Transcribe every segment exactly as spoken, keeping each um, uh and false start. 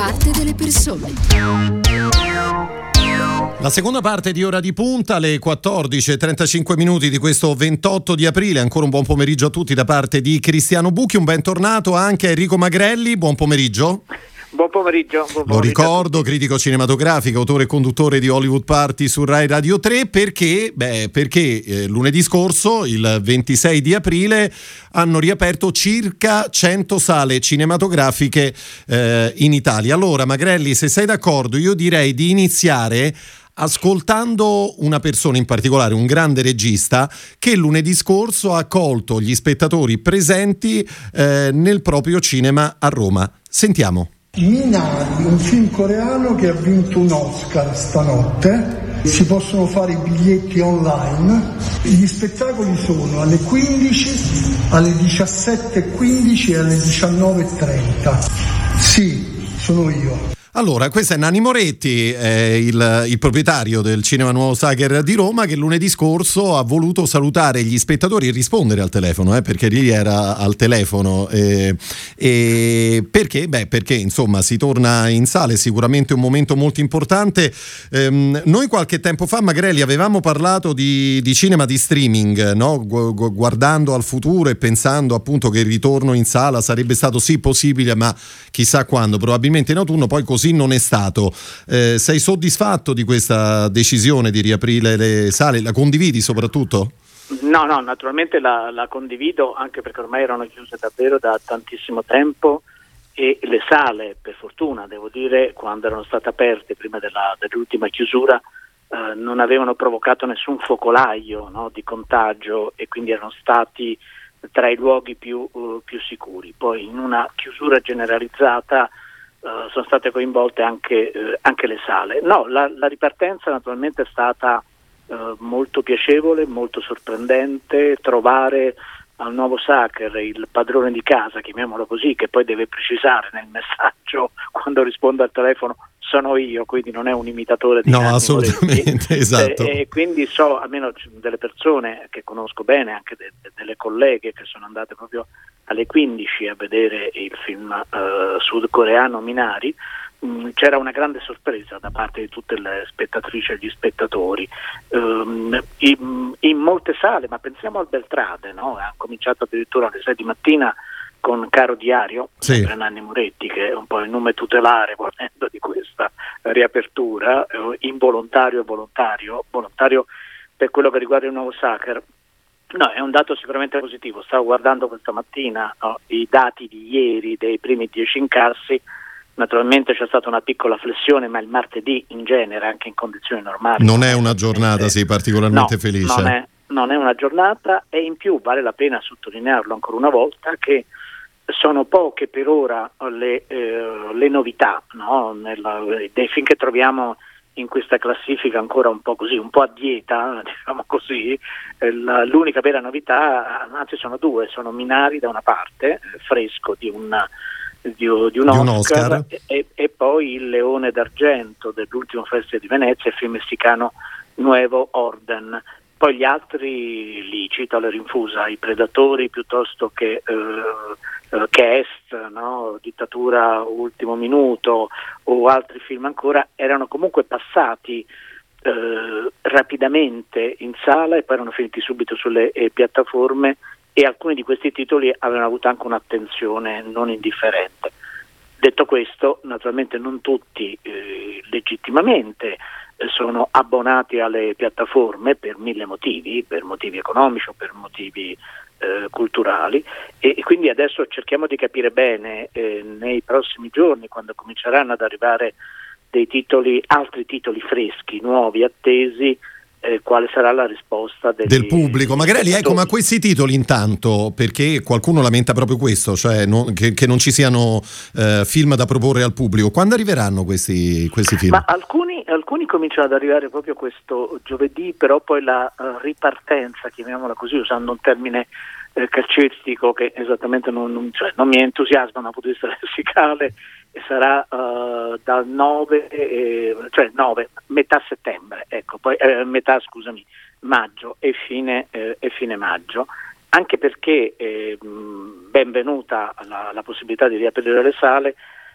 parte delle persone. La seconda parte di Ora di Punta, alle quattordici e trentacinque minuti di questo ventotto di aprile. Ancora un buon pomeriggio a tutti da parte di Cristiano Bucchi. Un bentornato anche a Enrico Magrelli. Buon pomeriggio. Buon pomeriggio. Buon pomeriggio. Lo ricordo, critico cinematografico, autore e conduttore di Hollywood Party su Rai Radio tre, perché, beh, perché eh, lunedì scorso, il ventisei di aprile, hanno riaperto circa cento sale cinematografiche eh, in Italia. Allora, Magrelli, se sei d'accordo, io direi di iniziare ascoltando una persona in particolare, un grande regista, che lunedì scorso ha accolto gli spettatori presenti eh, nel proprio cinema a Roma. Sentiamo. Minari, un film coreano che ha vinto un Oscar stanotte. Si possono fare i biglietti online. Gli spettacoli sono alle quindici, alle diciassette e quindici e alle diciannove e trenta. Sì, sono io. Allora, questo è Nanni Moretti, eh, il, il proprietario del Cinema Nuovo Sacher di Roma, che lunedì scorso ha voluto salutare gli spettatori e rispondere al telefono, eh, perché lì era al telefono. Eh, e perché? Beh, perché insomma si torna in sala, è sicuramente un momento molto importante. Eh, noi qualche tempo fa, Magrelli, avevamo parlato di, di cinema di streaming, no? Gu- gu- guardando al futuro e pensando appunto che il ritorno in sala sarebbe stato sì possibile, ma chissà quando, probabilmente in autunno. Poi così non è stato. Eh, sei soddisfatto di questa decisione di riaprire le sale? La condividi soprattutto? No, no, naturalmente la, la condivido, anche perché ormai erano chiuse davvero da tantissimo tempo e le sale, per fortuna, devo dire, quando erano state aperte prima della, dell'ultima chiusura, eh, non avevano provocato nessun focolaio, no, di contagio, e quindi erano stati tra i luoghi più, uh, più sicuri. Poi in una chiusura generalizzata Uh, sono state coinvolte anche, uh, anche le sale. No, la, la ripartenza naturalmente è stata uh, molto piacevole, molto sorprendente. Trovare al Nuovo Sacher il padrone di casa, chiamiamolo così, che poi deve precisare nel messaggio quando risponde al telefono: sono io, quindi non è un imitatore di no, Nanni assolutamente, Moretti. esatto. E, e quindi so, almeno delle persone che conosco bene, anche de, de, delle colleghe che sono andate proprio alle quindici a vedere il film uh, sudcoreano Minari. mh, c'era una grande sorpresa da parte di tutte le spettatrici e gli spettatori. Um, in, in molte sale, ma pensiamo al Beltrade, no? Ha cominciato addirittura alle sei di mattina con Caro Diario, sì. sempre Nanni Moretti, che è un po' il nome tutelare volendo di questa riapertura, eh, involontario e volontario, volontario per quello che riguarda il Nuovo Sacher. No, è un dato sicuramente positivo. Stavo guardando questa mattina, no, i dati di ieri dei primi dieci incassi. Naturalmente c'è stata una piccola flessione, ma il martedì in genere, anche in condizioni normali, non è una giornata sì, particolarmente no, felice. Non è, non è una giornata, e in più vale la pena sottolinearlo ancora una volta che sono poche per ora le, eh, le novità, no? Nella, dei film che troviamo in questa classifica ancora un po' così, un po' a dieta, diciamo così. La, l'unica vera novità, anzi sono due, sono Minari da una parte, fresco di un, di, di un, di un Oscar, Oscar. E, e poi il Leone d'Argento dell'ultimo Festival di Venezia, il film messicano Nuevo Orden. Poi gli altri li cito alla rinfusa: I Predatori piuttosto che eh, che Est, no? Dittatura Ultimo Minuto, o altri film ancora, erano comunque passati eh, rapidamente in sala e poi erano finiti subito sulle eh, piattaforme, e alcuni di questi titoli avevano avuto anche un'attenzione non indifferente. Detto questo, naturalmente non tutti eh, legittimamente eh, sono abbonati alle piattaforme per mille motivi, per motivi economici o per motivi eh, culturali, e, e quindi adesso cerchiamo di capire bene eh, nei prossimi giorni, quando cominceranno ad arrivare dei titoli, altri titoli freschi, nuovi, attesi, Eh, quale sarà la risposta degli, del pubblico. Magrelli, ecco, ma questi titoli intanto, perché qualcuno lamenta proprio questo, cioè non, che, che non ci siano eh, film da proporre al pubblico, quando arriveranno questi, questi film? Ma alcuni, alcuni cominciano ad arrivare proprio questo giovedì, però poi la uh, ripartenza, chiamiamola così, usando un termine eh, calcistico che esattamente non, non, cioè, non mi entusiasma da un punto di vista lessicale, e sarà uh, dal nove, eh, cioè nove, metà settembre, ecco, poi eh, metà scusami, maggio e fine, eh, e fine maggio, anche perché eh, benvenuta la, la possibilità di riaprire le sale,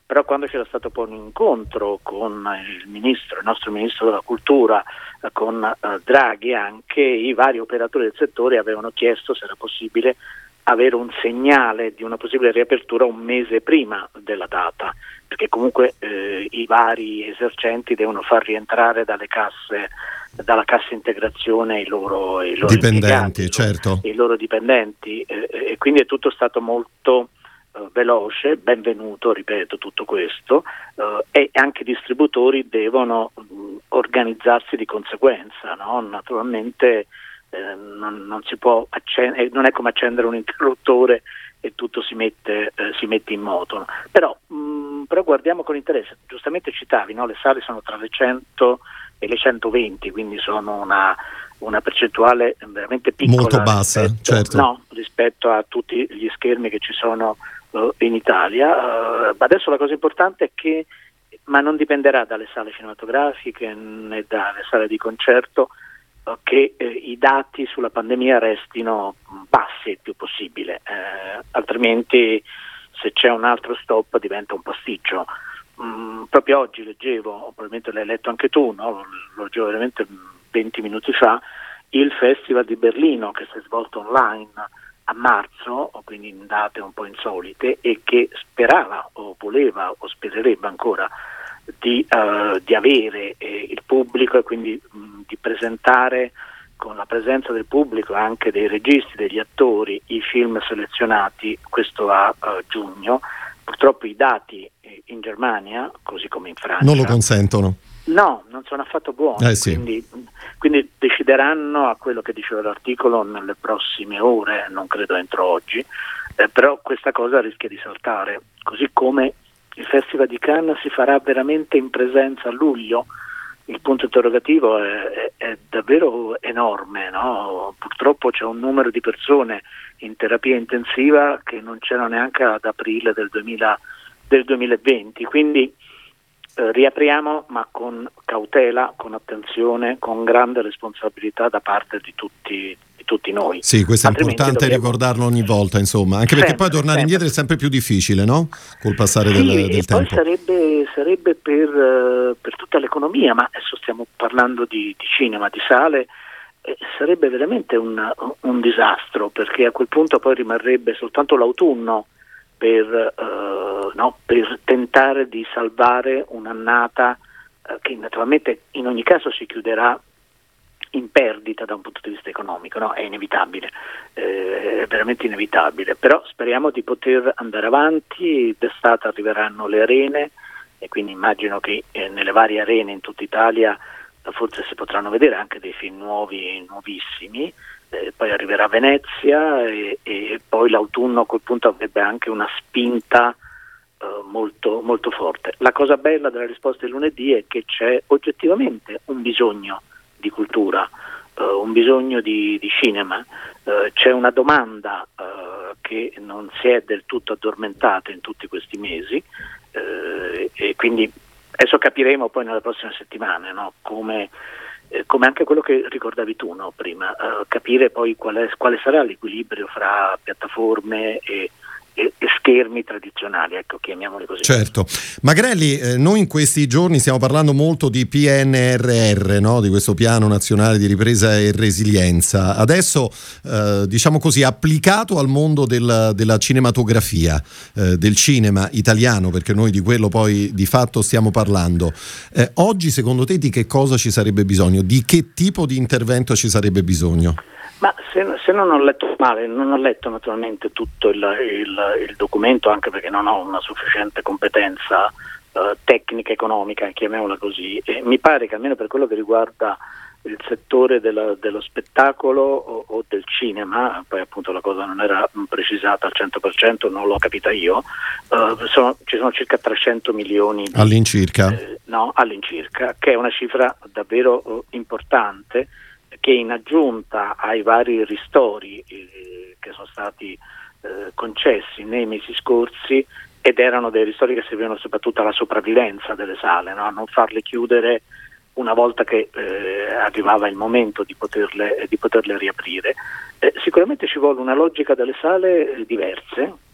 però quando c'era stato poi un incontro con il ministro, il nostro ministro della cultura, eh, con eh, Draghi, anche i vari operatori del settore avevano chiesto se era possibile avere un segnale di una possibile riapertura un mese prima della data, perché comunque eh, i vari esercenti devono far rientrare dalle casse, dalla cassa integrazione i loro, i loro dipendenti, certo. i loro dipendenti eh, e quindi è tutto stato molto eh, veloce, benvenuto, ripeto, tutto questo eh, e anche i distributori devono mh, organizzarsi di conseguenza, no? Naturalmente Eh, non, non si può accendere, non è come accendere un interruttore e tutto si mette, eh, si mette in moto, però, mh, però guardiamo con interesse, giustamente citavi, no? Le sale sono tra le cento e le centoventi, quindi sono una, una percentuale veramente piccola, molto bassa, rispetto, certo. no, rispetto a tutti gli schermi che ci sono uh, in Italia. Uh, adesso la cosa importante è che, ma non dipenderà dalle sale cinematografiche né dalle sale di concerto, che eh, i dati sulla pandemia restino bassi il più possibile, eh, altrimenti se c'è un altro stop diventa un pasticcio. Mm, proprio oggi leggevo, probabilmente l'hai letto anche tu, no? Lo leggevo veramente venti minuti fa, il Festival di Berlino che si è svolto online a marzo, quindi in date un po' insolite, e che sperava o voleva o spererebbe ancora Di, uh, di avere eh, il pubblico e quindi mh, di presentare con la presenza del pubblico anche dei registi, degli attori, i film selezionati, questo a uh, giugno. Purtroppo i dati eh, in Germania, così come in Francia, non lo consentono. No, non sono affatto buoni, eh sì. quindi, quindi decideranno, a quello che diceva l'articolo, nelle prossime ore, non credo entro oggi, eh, però questa cosa rischia di saltare, così come il Festival di Cannes si farà veramente in presenza a luglio. Il punto interrogativo è, è, è davvero enorme, no? Purtroppo c'è un numero di persone in terapia intensiva che non c'era neanche ad aprile del, duemila, del duemilaventi, quindi eh, riapriamo ma con cautela, con attenzione, con grande responsabilità da parte di tutti tutti noi. Sì, questo è Altrimenti importante dobbiamo... ricordarlo ogni volta, insomma, anche perché sempre, poi tornare sempre. indietro è sempre più difficile, no? Col passare sì, del, del e tempo. Poi sarebbe, sarebbe per, uh, per tutta l'economia, ma adesso stiamo parlando di, di cinema, di sale, eh, sarebbe veramente un, un disastro, perché a quel punto poi rimarrebbe soltanto l'autunno per, uh, no, per tentare di salvare un'annata uh, che naturalmente in ogni caso si chiuderà in perdita da un punto di vista economico, no? È inevitabile, eh, è veramente inevitabile, però speriamo di poter andare avanti. D'estate arriveranno le arene e quindi immagino che eh, nelle varie arene in tutta Italia eh, forse si potranno vedere anche dei film nuovi, nuovissimi, eh, poi arriverà Venezia e, e poi l'autunno a quel punto avrebbe anche una spinta eh, molto, molto forte. La cosa bella della risposta di lunedì è che c'è oggettivamente un bisogno di cultura, uh, un bisogno di, di cinema, uh, c'è una domanda uh, che non si è del tutto addormentata in tutti questi mesi uh, e quindi adesso capiremo poi nelle prossime settimane, no? come, eh, come anche quello che ricordavi tu, no? prima, uh, capire poi qual è, quale sarà l'equilibrio fra piattaforme e E, e schermi tradizionali, ecco, chiamiamoli così. Certo. Magrelli, eh, noi in questi giorni stiamo parlando molto di P N R R, no? Di questo piano nazionale di ripresa e resilienza. Adesso, eh, diciamo così, applicato al mondo del, della cinematografia, eh, del cinema italiano, perché noi di quello poi di fatto stiamo parlando. Eh, oggi, secondo te, di che cosa ci sarebbe bisogno? Di che tipo di intervento ci sarebbe bisogno? Ma se, se non ho letto male, non ho letto naturalmente tutto il, il, il documento, anche perché non ho una sufficiente competenza eh, tecnica, economica, chiamiamola così, e mi pare che almeno per quello che riguarda il settore della, dello spettacolo o, o del cinema, poi appunto la cosa non era precisata al cento per cento, non l'ho capita io, eh, sono, ci sono circa trecento milioni di, all'incirca, eh, no, all'incirca, che è una cifra davvero eh, importante, che in aggiunta ai vari ristori eh, che sono stati eh, concessi nei mesi scorsi, ed erano dei ristori che servivano soprattutto alla sopravvivenza delle sale, no? A non farle chiudere una volta che eh, arrivava il momento di poterle, di poterle riaprire. Eh, sicuramente ci vuole una logica delle sale diverse,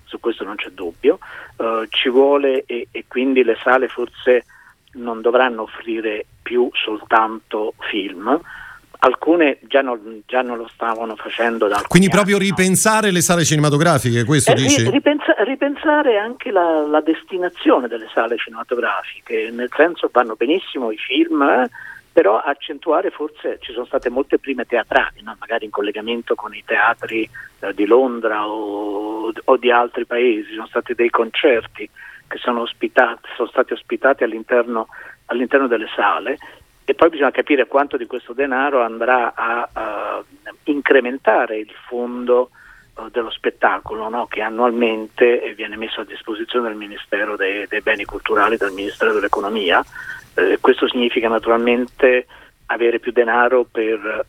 su questo non c'è dubbio, uh, ci vuole e, e quindi le sale forse non dovranno offrire più soltanto film, alcune già non, già non lo stavano facendo da alcuni Quindi proprio anni, ripensare no? le sale cinematografiche, questo eh, dici? Ripensa, ripensare anche la, la destinazione delle sale cinematografiche, nel senso vanno benissimo i film, eh, però accentuare, forse ci sono state molte prime teatrali, no? Magari in collegamento con i teatri eh, di Londra o, o di altri paesi, sono stati dei concerti che sono ospitati, sono stati ospitati all'interno, all'interno delle sale, e poi bisogna capire quanto di questo denaro andrà a, a incrementare il fondo uh, dello spettacolo, no? Che annualmente viene messo a disposizione del Ministero dei, dei Beni Culturali, del Ministero dell'Economia. Eh, questo significa naturalmente avere più denaro per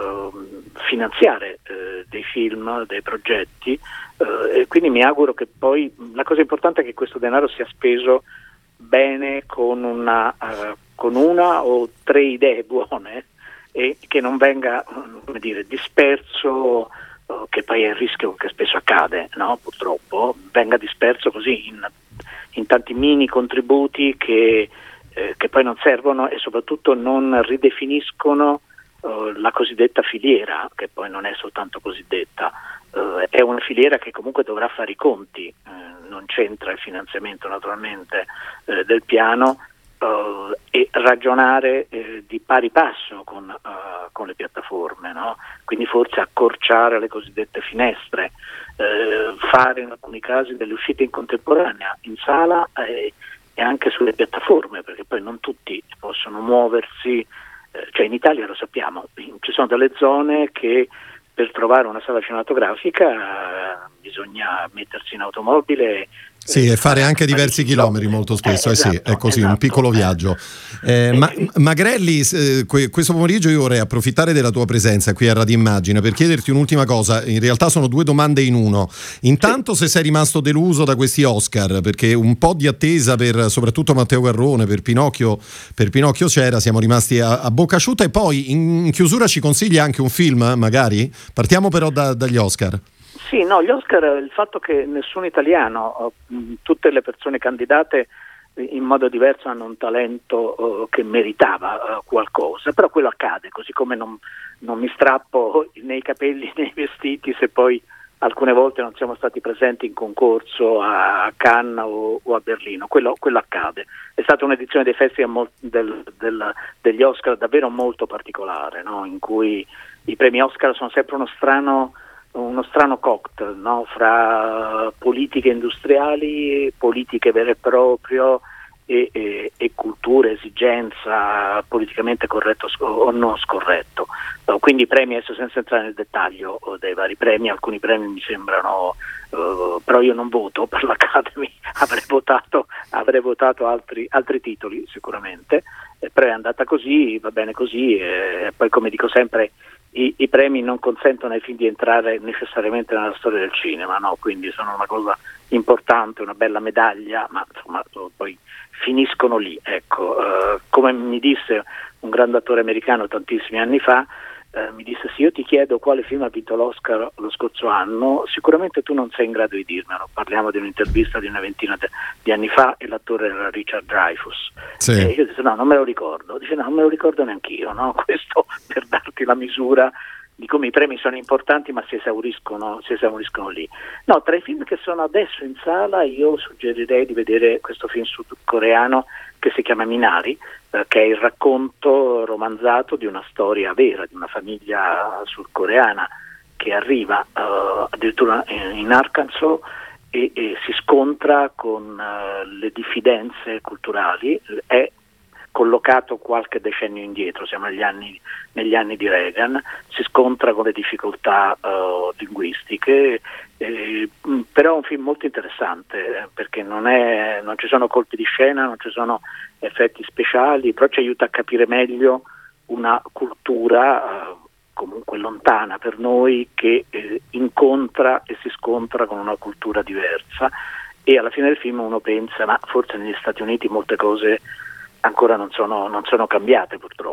uh, finanziare uh, dei film, dei progetti, uh, e quindi mi auguro che poi la cosa importante è che questo denaro sia speso bene, con una, uh, con una o tre idee buone, e che non venga, come dire, disperso, uh, che poi è il rischio che spesso accade, no? Purtroppo venga disperso così in, in tanti mini contributi che Eh, che poi non servono e soprattutto non ridefiniscono uh, la cosiddetta filiera, che poi non è soltanto cosiddetta, uh, è una filiera che comunque dovrà fare i conti, uh, non c'entra il finanziamento naturalmente uh, del piano, uh, e ragionare uh, di pari passo con, uh, con le piattaforme, no? Quindi forse accorciare le cosiddette finestre, uh, fare in alcuni casi delle uscite in contemporanea in sala e e anche sulle piattaforme, perché poi non tutti possono muoversi, eh, cioè in Italia lo sappiamo, ci sono delle zone che per trovare una sala cinematografica eh, bisogna mettersi in automobile. Sì, e fare anche diversi chilometri molto spesso, eh, esatto, eh sì, è così, esatto, un piccolo viaggio. Eh, ma, Magrelli, eh, questo pomeriggio io vorrei approfittare della tua presenza qui a Radio Immagine per chiederti un'ultima cosa, in realtà sono due domande in uno. Intanto, se sei rimasto deluso da questi Oscar, perché un po' di attesa per soprattutto Matteo Garrone, per Pinocchio, per Pinocchio c'era, siamo rimasti a, a bocca asciutta, e poi in chiusura ci consigli anche un film, magari? Partiamo però da, dagli Oscar. Sì, no, gli Oscar, il fatto che nessun italiano, tutte le persone candidate in modo diverso hanno un talento uh, che meritava uh, qualcosa, però quello accade, così come non, non mi strappo nei capelli, nei vestiti, se poi alcune volte non siamo stati presenti in concorso a Cannes o, o a Berlino, quello, quello accade. È stata un'edizione dei festival mol, del, del, degli Oscar davvero molto particolare, no? In cui i premi Oscar sono sempre uno strano uno strano cocktail, no? Fra politiche industriali, politiche vere e proprie e, e, e cultura, esigenza, politicamente corretto o non scorretto. No, quindi i premi, adesso senza entrare nel dettaglio dei vari premi, alcuni premi mi sembrano, uh, però io non voto per l'Academy, avrei votato, avrei votato altri, altri titoli sicuramente, eh, però è andata così, va bene così, e, e poi, come dico sempre, I, i premi non consentono ai film di entrare necessariamente nella storia del cinema, no? Quindi sono una cosa importante, una bella medaglia, ma insomma poi finiscono lì, ecco. Uh, come mi disse un grande attore americano tantissimi anni fa, uh, mi disse: se io ti chiedo quale film ha vinto l'Oscar lo scorso anno, sicuramente tu non sei in grado di dirmelo. Parliamo di un'intervista di una ventina de- di anni fa, e l'attore era Richard Dreyfuss. Sì. E io disse: no, non me lo ricordo. Dice: no, non me lo ricordo neanch'io, no? Questo per darti la misura di come i premi sono importanti, ma si esauriscono, si esauriscono lì. No, tra i film che sono adesso in sala io suggerirei di vedere questo film sudcoreano che si chiama Minari, eh, che è il racconto romanzato di una storia vera, di una famiglia sudcoreana che arriva eh, addirittura in Arkansas e, e si scontra con eh, le diffidenze culturali. È collocato qualche decennio indietro, siamo negli anni, negli anni di Reagan, si scontra con le difficoltà uh, linguistiche, eh, però è un film molto interessante, eh, perché non, è, non ci sono colpi di scena, non ci sono effetti speciali, però ci aiuta a capire meglio una cultura uh, comunque lontana per noi, che eh, incontra e si scontra con una cultura diversa, e alla fine del film uno pensa: ma forse negli Stati Uniti molte cose ancora non sono, non sono cambiate, purtroppo.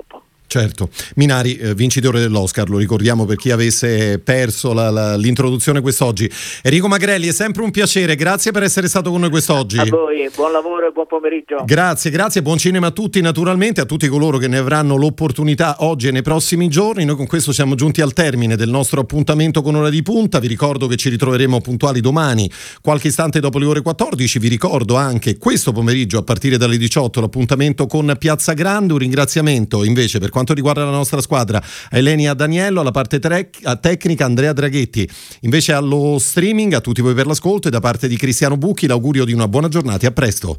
Certo, Minari, eh, vincitore dell'Oscar, lo ricordiamo per chi avesse perso la, la, l'introduzione quest'oggi. Enrico Magrelli, è sempre un piacere, grazie per essere stato con noi quest'oggi. A voi, buon lavoro e buon pomeriggio. Grazie, grazie, buon cinema a tutti naturalmente, a tutti coloro che ne avranno l'opportunità oggi e nei prossimi giorni. Noi con questo siamo giunti al termine del nostro appuntamento con Ora di Punta, vi ricordo che ci ritroveremo puntuali domani, qualche istante dopo le ore quattordici, vi ricordo anche questo pomeriggio a partire dalle diciotto l'appuntamento con Piazza Grande. Un ringraziamento invece per quanto riguarda la nostra squadra a Elenia Daniello, alla parte tre- tecnica Andrea Draghetti, invece allo streaming a tutti voi per l'ascolto, e da parte di Cristiano Bucchi l'augurio di una buona giornata e a presto.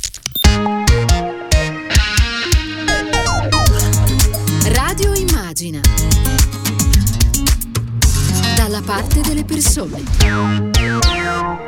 Radio Immagina, dalla parte delle persone.